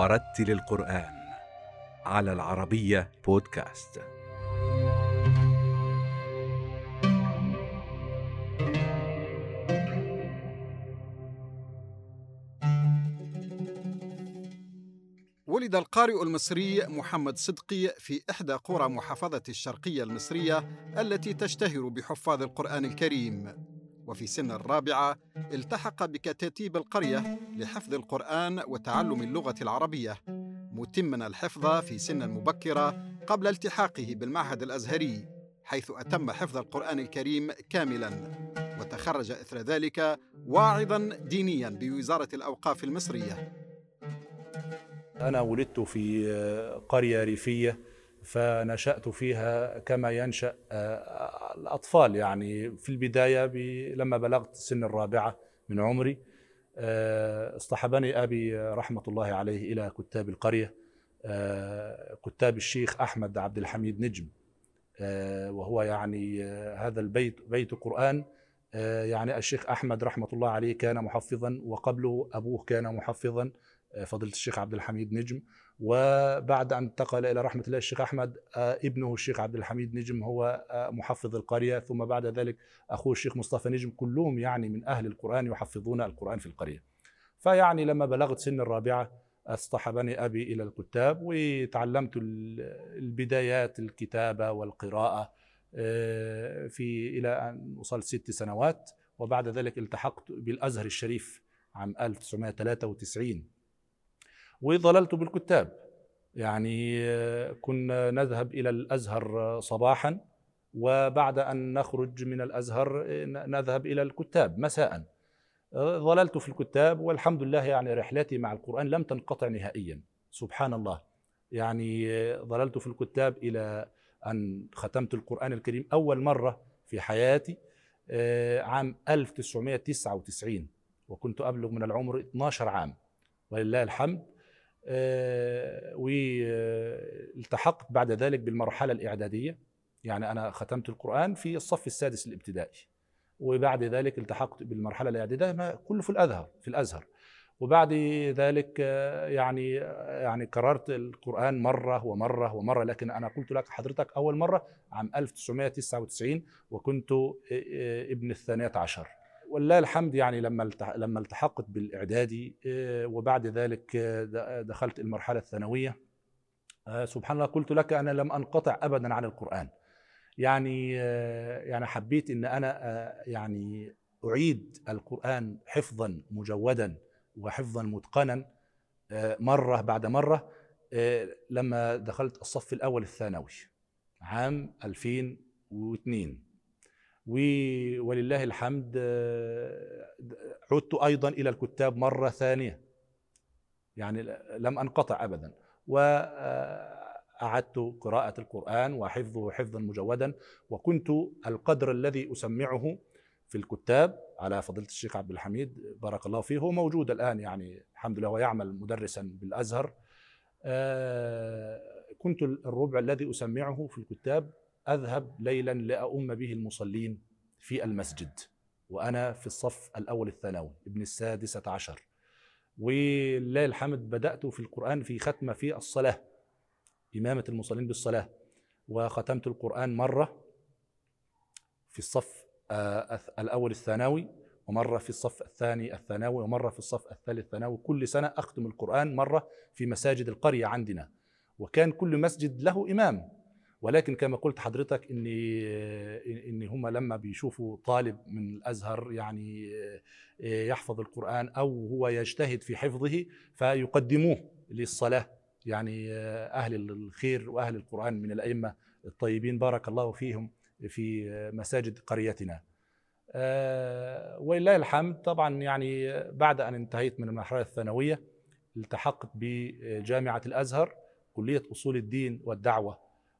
ورتل القرآن على العربية بودكاست. ولد القارئ المصري محمد صدقي في إحدى قرى محافظة الشرقية المصرية التي تشتهر بحفاظ القرآن الكريم، وفي سن الرابعة التحق بكتاتيب القرية لحفظ القرآن وتعلم اللغة العربية، متمًا الحفظ في سن مبكرة قبل التحاقه بالمعهد الأزهري، حيث أتم حفظ القرآن الكريم كاملاً، وتخرج إثر ذلك واعظاً دينياً بوزارة الأوقاف المصرية. أنا ولدت في قرية ريفية، فنشأت فيها كما ينشأ الأطفال. يعني في البداية لما بلغت سن الرابعة من عمري اصطحبني أبي رحمة الله عليه إلى كتاب القرية، كتاب الشيخ أحمد عبد الحميد نجم، وهو يعني هذا البيت بيت قرآن. يعني الشيخ أحمد رحمة الله عليه كان محفظا، وقبله أبوه كان محفظا فضيلة الشيخ عبد الحميد نجم، وبعد أن انتقل إلى رحمة الله الشيخ أحمد ابنه الشيخ عبد الحميد نجم هو محفظ القرية، ثم بعد ذلك أخوه الشيخ مصطفى نجم، كلهم يعني من أهل القرآن يحفظون القرآن في القرية. فيعني لما بلغت سن الرابعة اصطحبني أبي إلى الكتاب، وتعلمت البدايات الكتابة والقراءة إلى أن وصلت 6 سنوات، وبعد ذلك التحقت بالأزهر الشريف عام 1993 وظللت بالكتاب. يعني كنا نذهب إلى الأزهر صباحا، وبعد أن نخرج من الأزهر نذهب إلى الكتاب مساء. ظللت في الكتاب والحمد لله، يعني رحلتي مع القرآن لم تنقطع نهائيا، سبحان الله. يعني ظللت في الكتاب إلى أن ختمت القرآن الكريم أول مرة في حياتي عام 1999، وكنت أبلغ من العمر 12 عام ولله الحمد. والتحقت بعد ذلك بالمرحلة الإعدادية، يعني أنا ختمت القرآن في الصف السادس الابتدائي، وبعد ذلك التحقت بالمرحلة الإعدادية كله في الأزهر. وبعد ذلك يعني كررت القرآن مرة ومرة ومرة، لكن أنا قلت لك حضرتك أول مرة عام 1999 وكنت ابن 12. ولله الحمد، يعني لما التحقت بالإعدادي وبعد ذلك دخلت المرحلة الثانوية، سبحان الله قلت لك أنا لم أنقطع أبدا عن القرآن. يعني حبيت إن أنا يعني أعيد القرآن حفظا مجودا وحفظا متقنا مرة بعد مرة، لما دخلت الصف الأول الثانوي عام 2002. ولله الحمد عدت أيضا إلى الكتاب مرة ثانية، يعني لم أنقطع أبدا، وأعدت قراءة القرآن وحفظه حفظا مجودا. وكنت القدر الذي أسمعه في الكتاب على فضيلة الشيخ عبد الحميد بارك الله فيه، هو موجود الآن، يعني الحمد لله ويعمل مدرسا بالأزهر. كنت الربع الذي أسمعه في الكتاب أذهب ليلا لأؤم به المصلين في المسجد، وأنا في الصف الأول الثانوي ابن 16. ولله الحمد بدأت في القرآن في ختمة في الصلاة، إمامة المصلين بالصلاة، وختمت القرآن مرة في الصف الأول الثانوي، ومرة في الصف الثاني الثانوي، ومرة في الصف الثالث الثانوي. كل سنة أختم القرآن مرة في مساجد القرية عندنا، وكان كل مسجد له إمام، ولكن كما قلت حضرتك إن هم لما بيشوفوا طالب من الأزهر يعني يحفظ القرآن أو هو يجتهد في حفظه فيقدموه للصلاة، يعني أهل الخير وأهل القرآن من الأئمة الطيبين بارك الله فيهم في مساجد قريتنا. ولله الحمد. طبعا يعني بعد أن انتهيت من المرحلة الثانوية التحقت بجامعة الأزهر كلية أصول الدين والدعوة،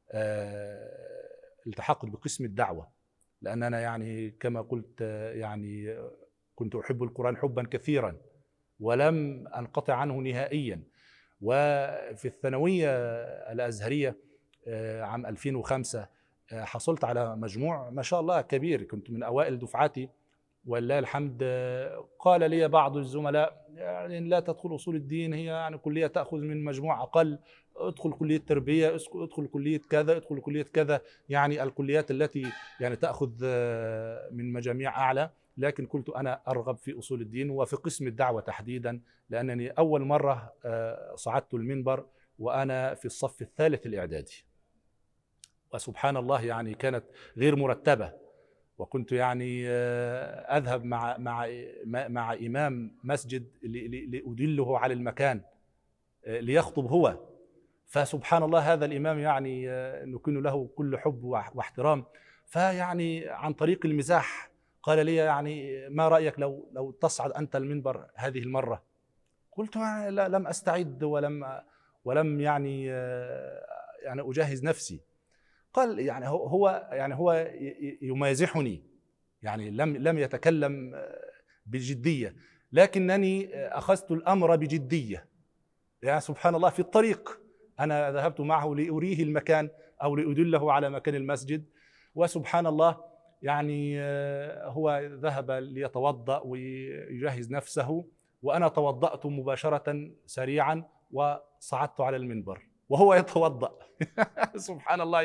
التحقت بقسم الدعوة، لأن أنا يعني كما قلت يعني كنت أحب القرآن حبا كثيرا ولم أنقطع عنه نهائيا. وفي الثانوية الأزهرية عام 2005 حصلت على مجموع ما شاء الله كبير، كنت من أوائل دفعاتي ولله الحمد. قال لي بعض الزملاء يعني لا تدخل أصول الدين، هي يعني كلية تأخذ من مجموع أقل، ادخل كلية تربية، ادخل كلية كذا، ادخل كلية كذا، يعني الكليات التي يعني تأخذ من مجاميع أعلى. لكن قلت أنا أرغب في أصول الدين وفي قسم الدعوة تحديدا، لأنني أول مرة صعدت المنبر وأنا في الصف الثالث الإعدادي، وسبحان الله يعني كانت غير مرتبة. وكنت يعني أذهب مع إمام مسجد لأدله على المكان ليخطب هو. فسبحان الله هذا الإمام يعني نكن له كل حب واحترام، فيعني عن طريق المزاح قال لي يعني ما رأيك لو تصعد أنت المنبر هذه المرة؟ قلت لا، لم أستعد ولم يعني أجهز نفسي. قال يعني هو يمازحني، يعني لم يتكلم بجدية، لكنني أخذت الأمر بجدية. يعني سبحان الله في الطريق أنا ذهبت معه لأريه المكان أو لأدله على مكان المسجد، وسبحان الله يعني هو ذهب ليتوضأ ويجهز نفسه، وأنا توضأت مباشرة سريعا وصعدت على المنبر وهو يتوضأ. سبحان الله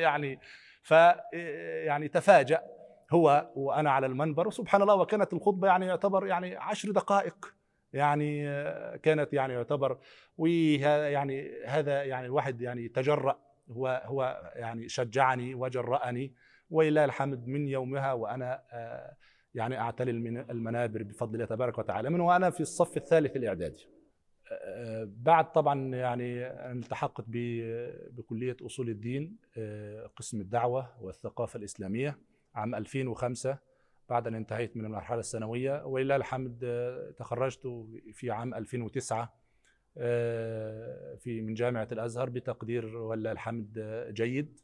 يعني تفاجأ هو وأنا على المنبر، وسبحان الله وكانت الخطبة يعني يعتبر يعني 10 دقائق، يعني كانت يعني يعتبر، ويعني هذا يعني الواحد يعني تجرأ، هو يعني شجعني وجرأني، ولله الحمد من يومها وأنا يعني أعتلي المنابر بفضل الله تبارك وتعالى من وأنا في الصف الثالث الإعدادي. بعد طبعا يعني التحقت بكلية أصول الدين قسم الدعوة والثقافة الإسلامية عام 2005 بعد أن انتهيت من المرحلة الثانوية، ولله الحمد تخرجت في عام 2009 من جامعة الأزهر بتقدير ولله الحمد جيد.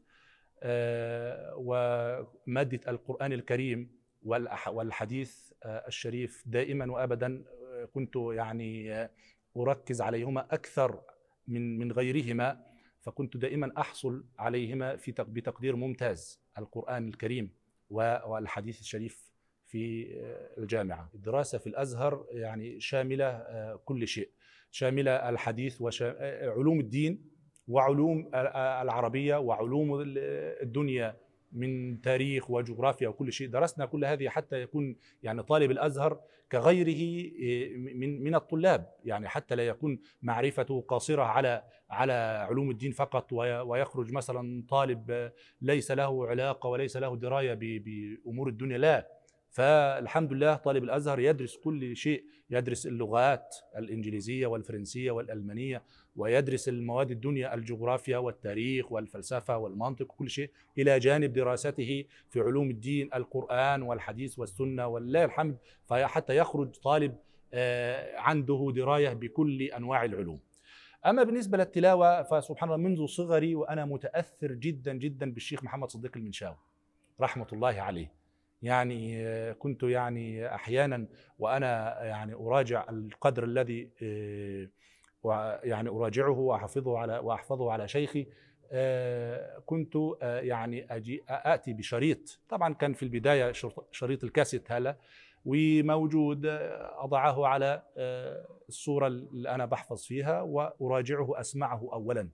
ومادة القرآن الكريم والحديث الشريف دائما وأبدا كنت يعني أركز عليهما أكثر من غيرهما، فكنت دائما أحصل عليهما بتقدير ممتاز، القرآن الكريم والحديث الشريف في الجامعة. الدراسة في الأزهر يعني شاملة كل شيء، شاملة الحديث وعلوم الدين وعلوم العربية وعلوم الدنيا من تاريخ وجغرافيا وكل شيء. درسنا كل هذه حتى يكون يعني طالب الأزهر كغيره من الطلاب، يعني حتى لا يكون معرفته قاصرة على علوم الدين فقط، ويخرج مثلا طالب ليس له علاقة وليس له دراية بأمور الدنيا، لا. فالحمد لله طالب الأزهر يدرس كل شيء، يدرس اللغات الإنجليزية والفرنسية والألمانية، ويدرس المواد الدنيا الجغرافيا والتاريخ والفلسفة والمنطق وكل شيء، إلى جانب دراسته في علوم الدين القرآن والحديث والسنة ولله الحمد، فحتى يخرج طالب عنده دراية بكل أنواع العلوم. أما بالنسبة للتلاوة فسبحان الله منذ صغري وأنا متأثر جدا جدا بالشيخ محمد صديق المنشاوي رحمة الله عليه. يعني كنت يعني أحيانا وأنا يعني أراجع القدر الذي يعني أراجعه وأحفظه على شيخي، كنت يعني آتي بشريط، طبعا كان في البداية شريط الكاسيت هلا، وموجود أضعه على الصورة اللي أنا بحفظ فيها وأراجعه، أسمعه أولا،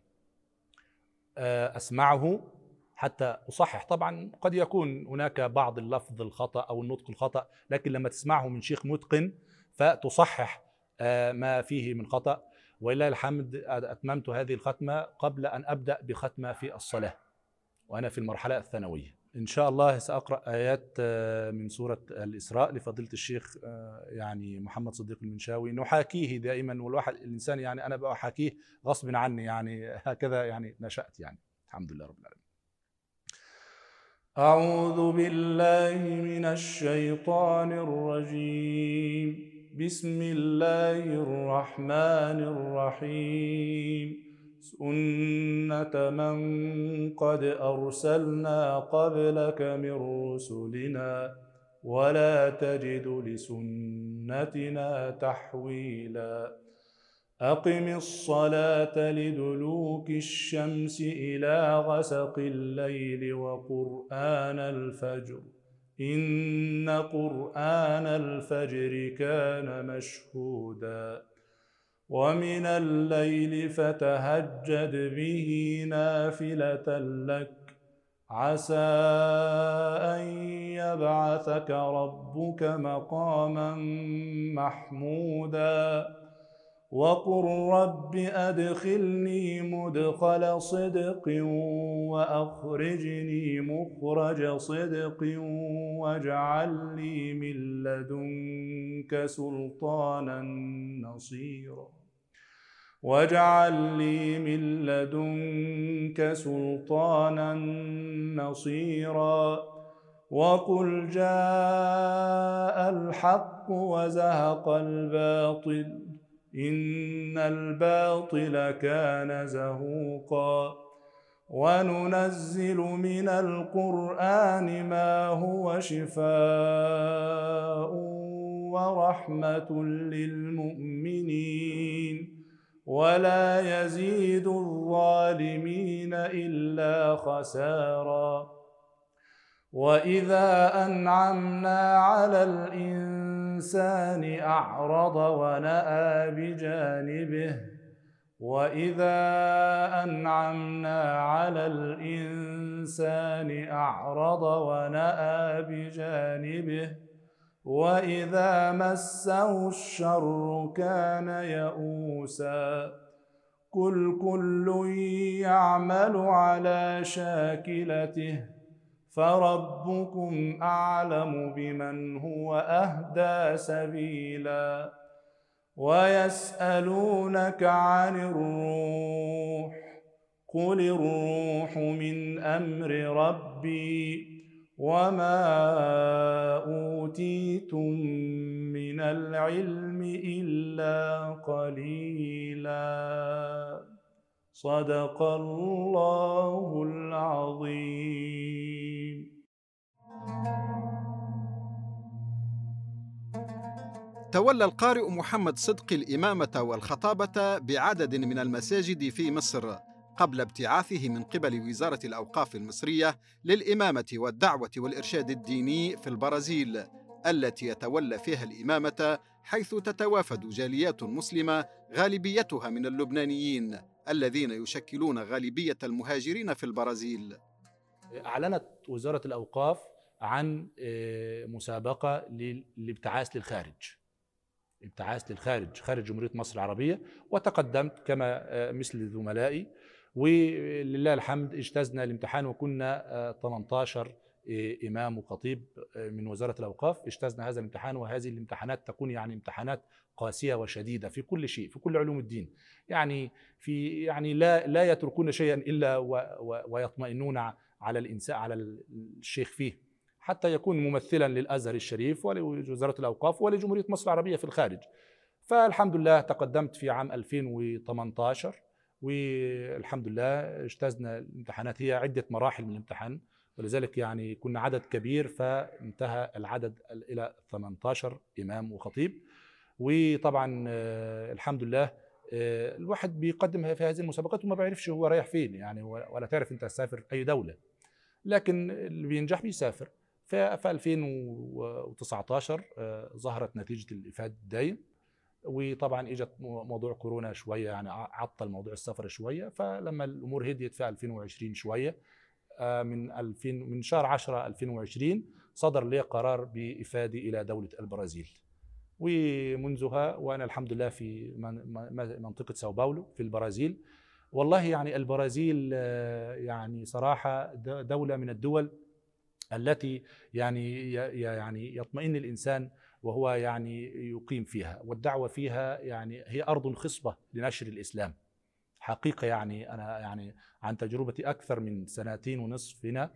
أسمعه حتى أصحح. طبعا قد يكون هناك بعض اللفظ الخطأ أو النطق الخطأ، لكن لما تسمعه من شيخ متقن فتصحح ما فيه من خطأ. ولله الحمد أتممت هذه الختمة قبل أن أبدأ بختمة في الصلاة وأنا في المرحلة الثانوية. إن شاء الله سأقرأ آيات من سورة الإسراء لفضيلة الشيخ يعني محمد صديق المنشاوي، نحاكيه دائما، والواحد الإنسان يعني أنا بحاكيه غصب عني، يعني هكذا يعني نشأت، يعني الحمد لله رب العالمين. أعوذ بالله من الشيطان الرجيم. بسم الله الرحمن الرحيم. سنة من قد أرسلنا قبلك من رسلنا ولا تجد لسنتنا تحويلا. أقم الصلاة لدلوك الشمس إلى غسق الليل وقرآن الفجر إن قرآن الفجر كان مشهودا ومن الليل فتهجد به نافلة لك عسى أن يبعثك ربك مقاما محمودا وقل رب أدخلني مدخل صدق وأخرجني مخرج صدق واجعل لي من لدنك سلطانا نصيرا واجعل لي من لدنك سلطانا نصيرا وقل جاء الحق وزهق الباطل إن الباطل كان زهوقا وننزل من القرآن ما هو شفاء ورحمة للمؤمنين ولا يزيد الظالمين إلا خسارا وإذا أنعمنا على الإنسان أعرض ونأى بجانبه وإذا أنعمنا على الإنسان أعرض ونأى بجانبه وإذا مسه الشر كان يئوسا قل كل يعمل على شاكلته فربكم أعلم بمن هو أهدى سبيلا ويسألونك عن الروح قل الروح من أمر ربي وما أوتيتم من العلم إلا قليلا صدق الله العظيم. تولى القارئ محمد صدقي الإمامة والخطابة بعدد من المساجد في مصر قبل ابتعاثه من قبل وزارة الأوقاف المصرية للإمامة والدعوة والإرشاد الديني في البرازيل، التي يتولى فيها الإمامة، حيث تتوافد جاليات مسلمة غالبيتها من اللبنانيين الذين يشكلون غالبية المهاجرين في البرازيل. أعلنت وزارة الأوقاف عن مسابقة للابتعاث للخارج، خارج جمهورية مصر العربية، وتقدمت كما مثل زملائي، ولله الحمد اجتزنا الامتحان وكنا 18 إمام وخطيب من وزارة الأوقاف اجتزنا هذا الامتحان. وهذه الامتحانات تكون يعني امتحانات قاسية وشديدة في كل شيء، في كل علوم الدين، يعني لا يتركون شيئا إلا ويطمئنون على الإنسان، على الشيخ فيه، حتى يكون ممثلا للأزهر الشريف ولوزارة الأوقاف ولجمهورية مصر العربية في الخارج. فالحمد لله تقدمت في عام 2018 والحمد لله اجتزنا الامتحانات. هي عدة مراحل من الامتحان، ولذلك يعني كنا عدد كبير فانتهى العدد إلى 18 إمام وخطيب. وطبعا الحمد لله الواحد بيقدم في هذه المسابقات وما بيعرفش هو رايح فين، يعني ولا تعرف انت تسافر أي دولة، لكن اللي بينجح بيسافر. في 2019 ظهرت نتيجة الإفادة الدايم، وطبعا اجت موضوع كورونا شوية يعني عطل موضوع السفر شوية. فلما الأمور هديت في 2020 شوية من شهر 10 2020 صدر لي قرار بإفادي إلى دولة البرازيل، ومنذها وأنا الحمد لله في منطقة ساو باولو في البرازيل. والله يعني البرازيل يعني صراحة دولة من الدول التي يعني يطمئن الإنسان وهو يعني يقيم فيها، والدعوة فيها يعني هي أرض خصبة لنشر الإسلام حقيقة. يعني أنا يعني عن تجربتي أكثر من 2.5 هنا،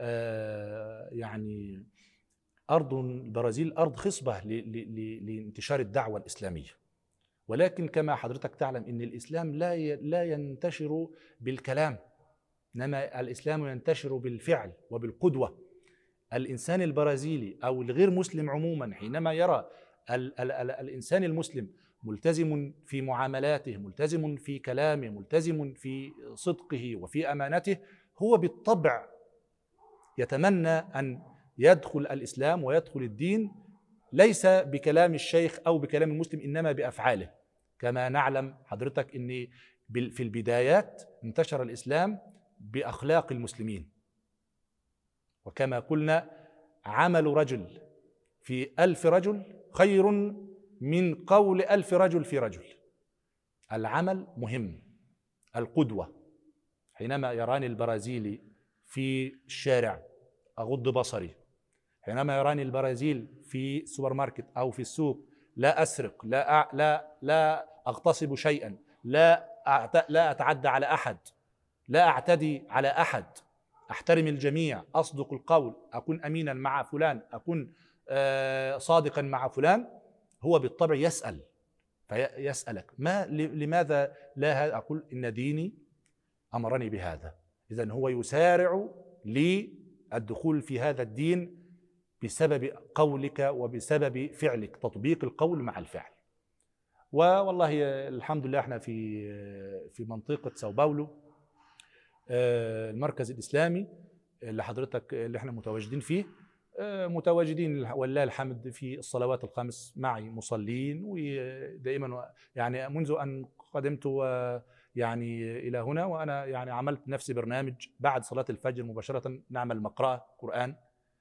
يعني أرض البرازيل أرض خصبة لانتشار الدعوة الإسلامية. ولكن كما حضرتك تعلم أن الإسلام لا ينتشر بالكلام، إنما الإسلام ينتشر بالفعل وبالقدوة. الإنسان البرازيلي أو الغير مسلم عموما حينما يرى الإنسان المسلم ملتزم في معاملاته، ملتزم في كلامه، ملتزم في صدقه وفي أمانته، هو بالطبع يتمنى أن يدخل الإسلام ويدخل الدين ليس بكلام الشيخ أو بكلام المسلم، إنما بأفعاله. كما نعلم حضرتك أن في البدايات انتشر الإسلام بأخلاق المسلمين، وكما قلنا عمل رجل في 1000 رجل خير من قول 1000 رجل في رجل. العمل مهم. القدوة، حينما يراني البرازيلي في الشارع أغض بصري، حينما يراني البرازيل في السوبر ماركت أو في السوق لا أسرق، لا أغتصب شيئا، لا أتعدى على أحد، لا أعتدي على أحد، أحترم الجميع، أصدق القول، أكون أمينا مع فلان، أكون صادقا مع فلان، هو بالطبع يسأل، فيسألك لماذا لا هذا؟ أقول إن ديني أمرني بهذا. إذن هو يسارع للدخول في هذا الدين بسبب قولك وبسبب فعلك، تطبيق القول مع الفعل. والله الحمد لله احنا في منطقة ساو باولو، المركز الإسلامي اللي حضرتك اللي احنا متواجدين فيه، متواجدين ولله الحمد في الصلوات الخمس معي مصلين، ودائما يعني منذ أن قدمت يعني إلى هنا وأنا يعني عملت نفسي برنامج بعد صلاة الفجر مباشرة نعمل مقرأة قرآن،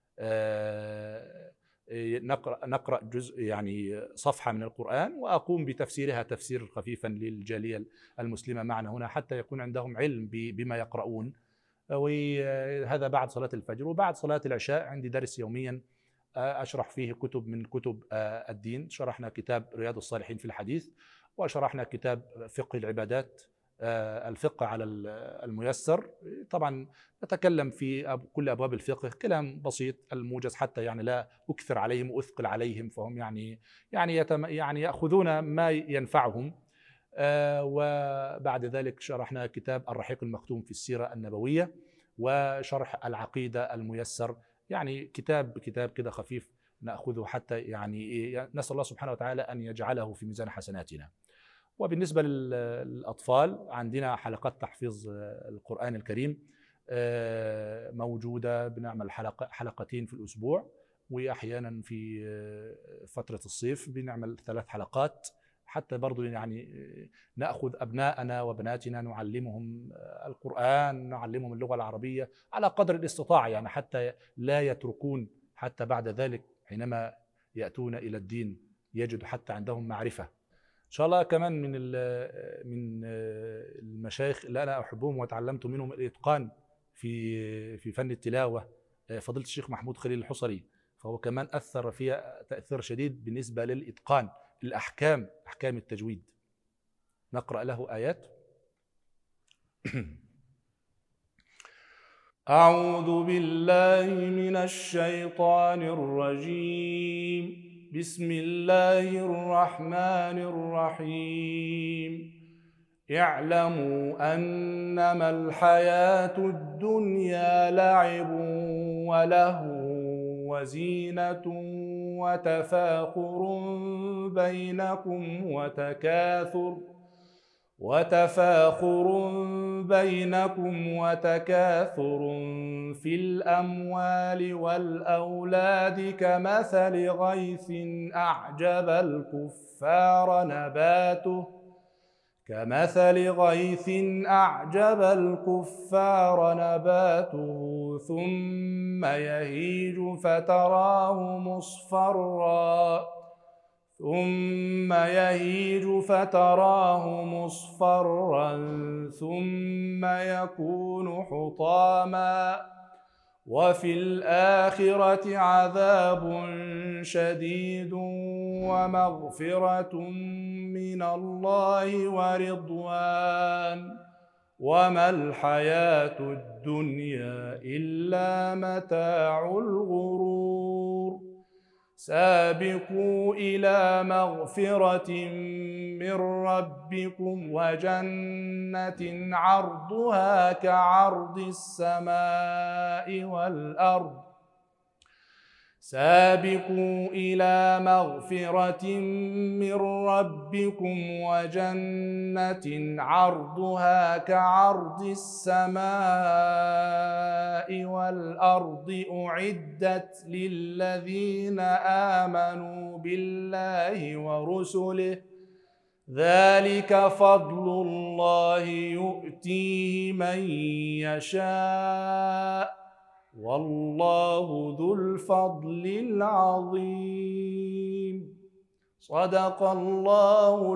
نقرأ جزء يعني صفحة من القرآن وأقوم بتفسيرها تفسير خفيفا للجالية المسلمة معنا هنا حتى يكون عندهم علم بما يقرؤون، وهذا بعد صلاة الفجر. وبعد صلاة العشاء عندي درس يوميا أشرح فيه كتب من كتب الدين. شرحنا كتاب رياض الصالحين في الحديث، وشرحنا كتاب فقه العبادات، الفقه على الميسر. طبعا نتكلم في كل أبواب الفقه كلام بسيط الموجز حتى يعني لا أكثر عليهم وأثقل عليهم، فهم يعني يأخذون ما ينفعهم. وبعد ذلك شرحنا كتاب الرحيق المختوم في السيرة النبوية، وشرح العقيدة الميسر، يعني كتاب كده خفيف نأخذه حتى يعني نسأل الله سبحانه وتعالى أن يجعله في ميزان حسناتنا. وبالنسبة للأطفال عندنا حلقات تحفيظ القرآن الكريم موجودة، بنعمل حلقتين في الأسبوع، وأحيانا في فترة الصيف بنعمل 3 حلقات حتى برضو يعني نأخذ أبناءنا وبناتنا نعلمهم القرآن، نعلمهم اللغة العربية على قدر الاستطاعة، يعني حتى لا يتركون حتى بعد ذلك حينما يأتون إلى الدين يجد حتى عندهم معرفة. إن شاء الله كمان من المشايخ اللي أنا أحبهم وتعلمت منهم الإتقان في فن التلاوة فضيلة الشيخ محمود خليل الحصري، فهو كمان أثر فيها تأثير شديد بالنسبة للإتقان الأحكام، أحكام التجويد. نقرأ له آيات. أعوذ بالله من الشيطان الرجيم. بسم الله الرحمن الرحيم. اعلموا أنما الحياة الدنيا لعب ولهو وزينة وتفاخر بينكم وتكاثر في الأموال والأولاد كمثل غيث أعجب الكفار نباته ثم يهيج فتراه مصفرا ثم يكون حطاما وفي الآخرة عذاب شديد ومغفرة من الله ورضوان وما الحياة الدنيا إلا متاع الغرور. سابقوا إلى مغفرة من ربكم وجنة عرضها كعرض السماء والأرض سابقوا إلى مغفرة من ربكم وجنة عرضها كعرض السماء والأرض أعدت للذين آمنوا بالله ورسله ذلك فضل الله يؤتيه من يشاء والله ذو الفضل العظيم. صدق الله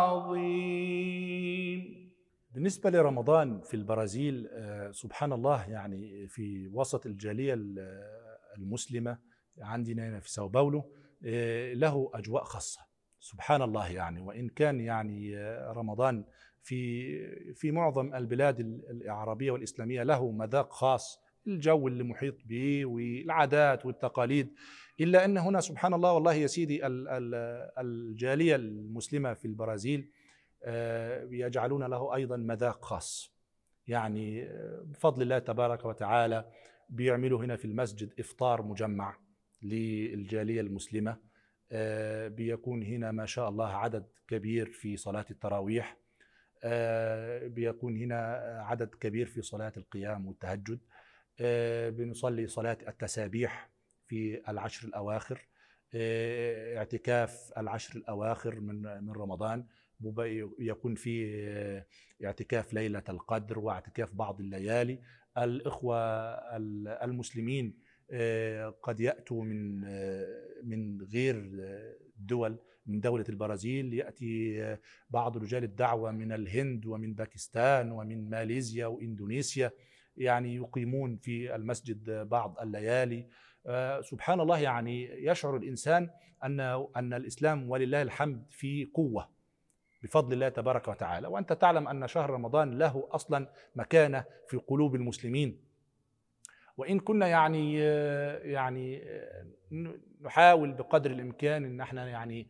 العظيم. بالنسبة لرمضان في البرازيل سبحان الله، يعني في وسط الجالية المسلمة عندنا هنا في ساو باولو له أجواء خاصة سبحان الله. يعني وإن كان يعني رمضان في معظم البلاد العربية والإسلامية له مذاق خاص، الجو اللي محيط به والعادات والتقاليد، إلا أن هنا سبحان الله والله يا سيدي الجالية المسلمة في البرازيل يجعلون له أيضا مذاق خاص. يعني بفضل الله تبارك وتعالى بيعملوا هنا في المسجد إفطار مجمع للجالية المسلمة، بيكون هنا ما شاء الله عدد كبير في صلاة التراويح، بيكون هنا عدد كبير في صلاة القيام والتهجد، بنصلي صلاة التسابيح في العشر الأواخر، اعتكاف العشر الأواخر من رمضان، يكون في اعتكاف ليلة القدر واعتكاف بعض الليالي. الإخوة المسلمين قد يأتوا من غير الدول، من دولة البرازيل يأتي بعض رجال الدعوة من الهند ومن باكستان ومن ماليزيا وإندونيسيا، يعني يقيمون في المسجد بعض الليالي. سبحان الله، يعني يشعر الإنسان أن الإسلام ولله الحمد في قوة بفضل الله تبارك وتعالى. وأنت تعلم أن شهر رمضان له أصلا مكانة في قلوب المسلمين، وإن كنا يعني نحاول بقدر الإمكان أن احنا يعني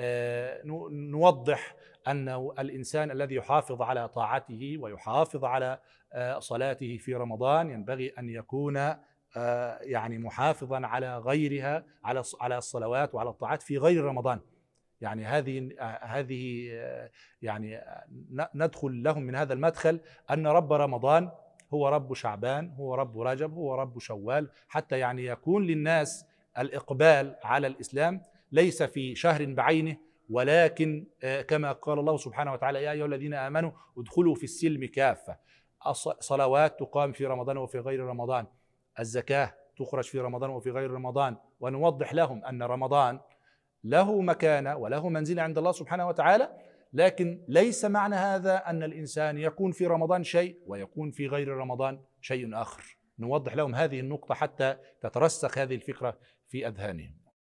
نوضح أن الإنسان الذي يحافظ على طاعته ويحافظ على صلاته في رمضان ينبغي أن يكون يعني محافظا على غيرها، على الصلوات وعلى الطاعات في غير رمضان. يعني هذه يعني ندخل لهم من هذا المدخل أن رب رمضان هو رب شعبان، هو رب رجب، هو رب شوال، حتى يعني يكون للناس الإقبال على الإسلام ليس في شهر بعينه، ولكن كما قال الله سبحانه وتعالى: يا أيها الذين آمنوا ادخلوا في السلم كافة. صلوات تقام في رمضان وفي غير رمضان، الزكاة تخرج في رمضان وفي غير رمضان، ونوضح لهم أن رمضان له مكانة وله منزلة عند الله سبحانه وتعالى، لكن ليس معنى هذا أن الإنسان يكون في رمضان شيء ويكون في غير رمضان شيء آخر. نوضح لهم هذه النقطة حتى تترسخ هذه الفكرة في أذهانهم.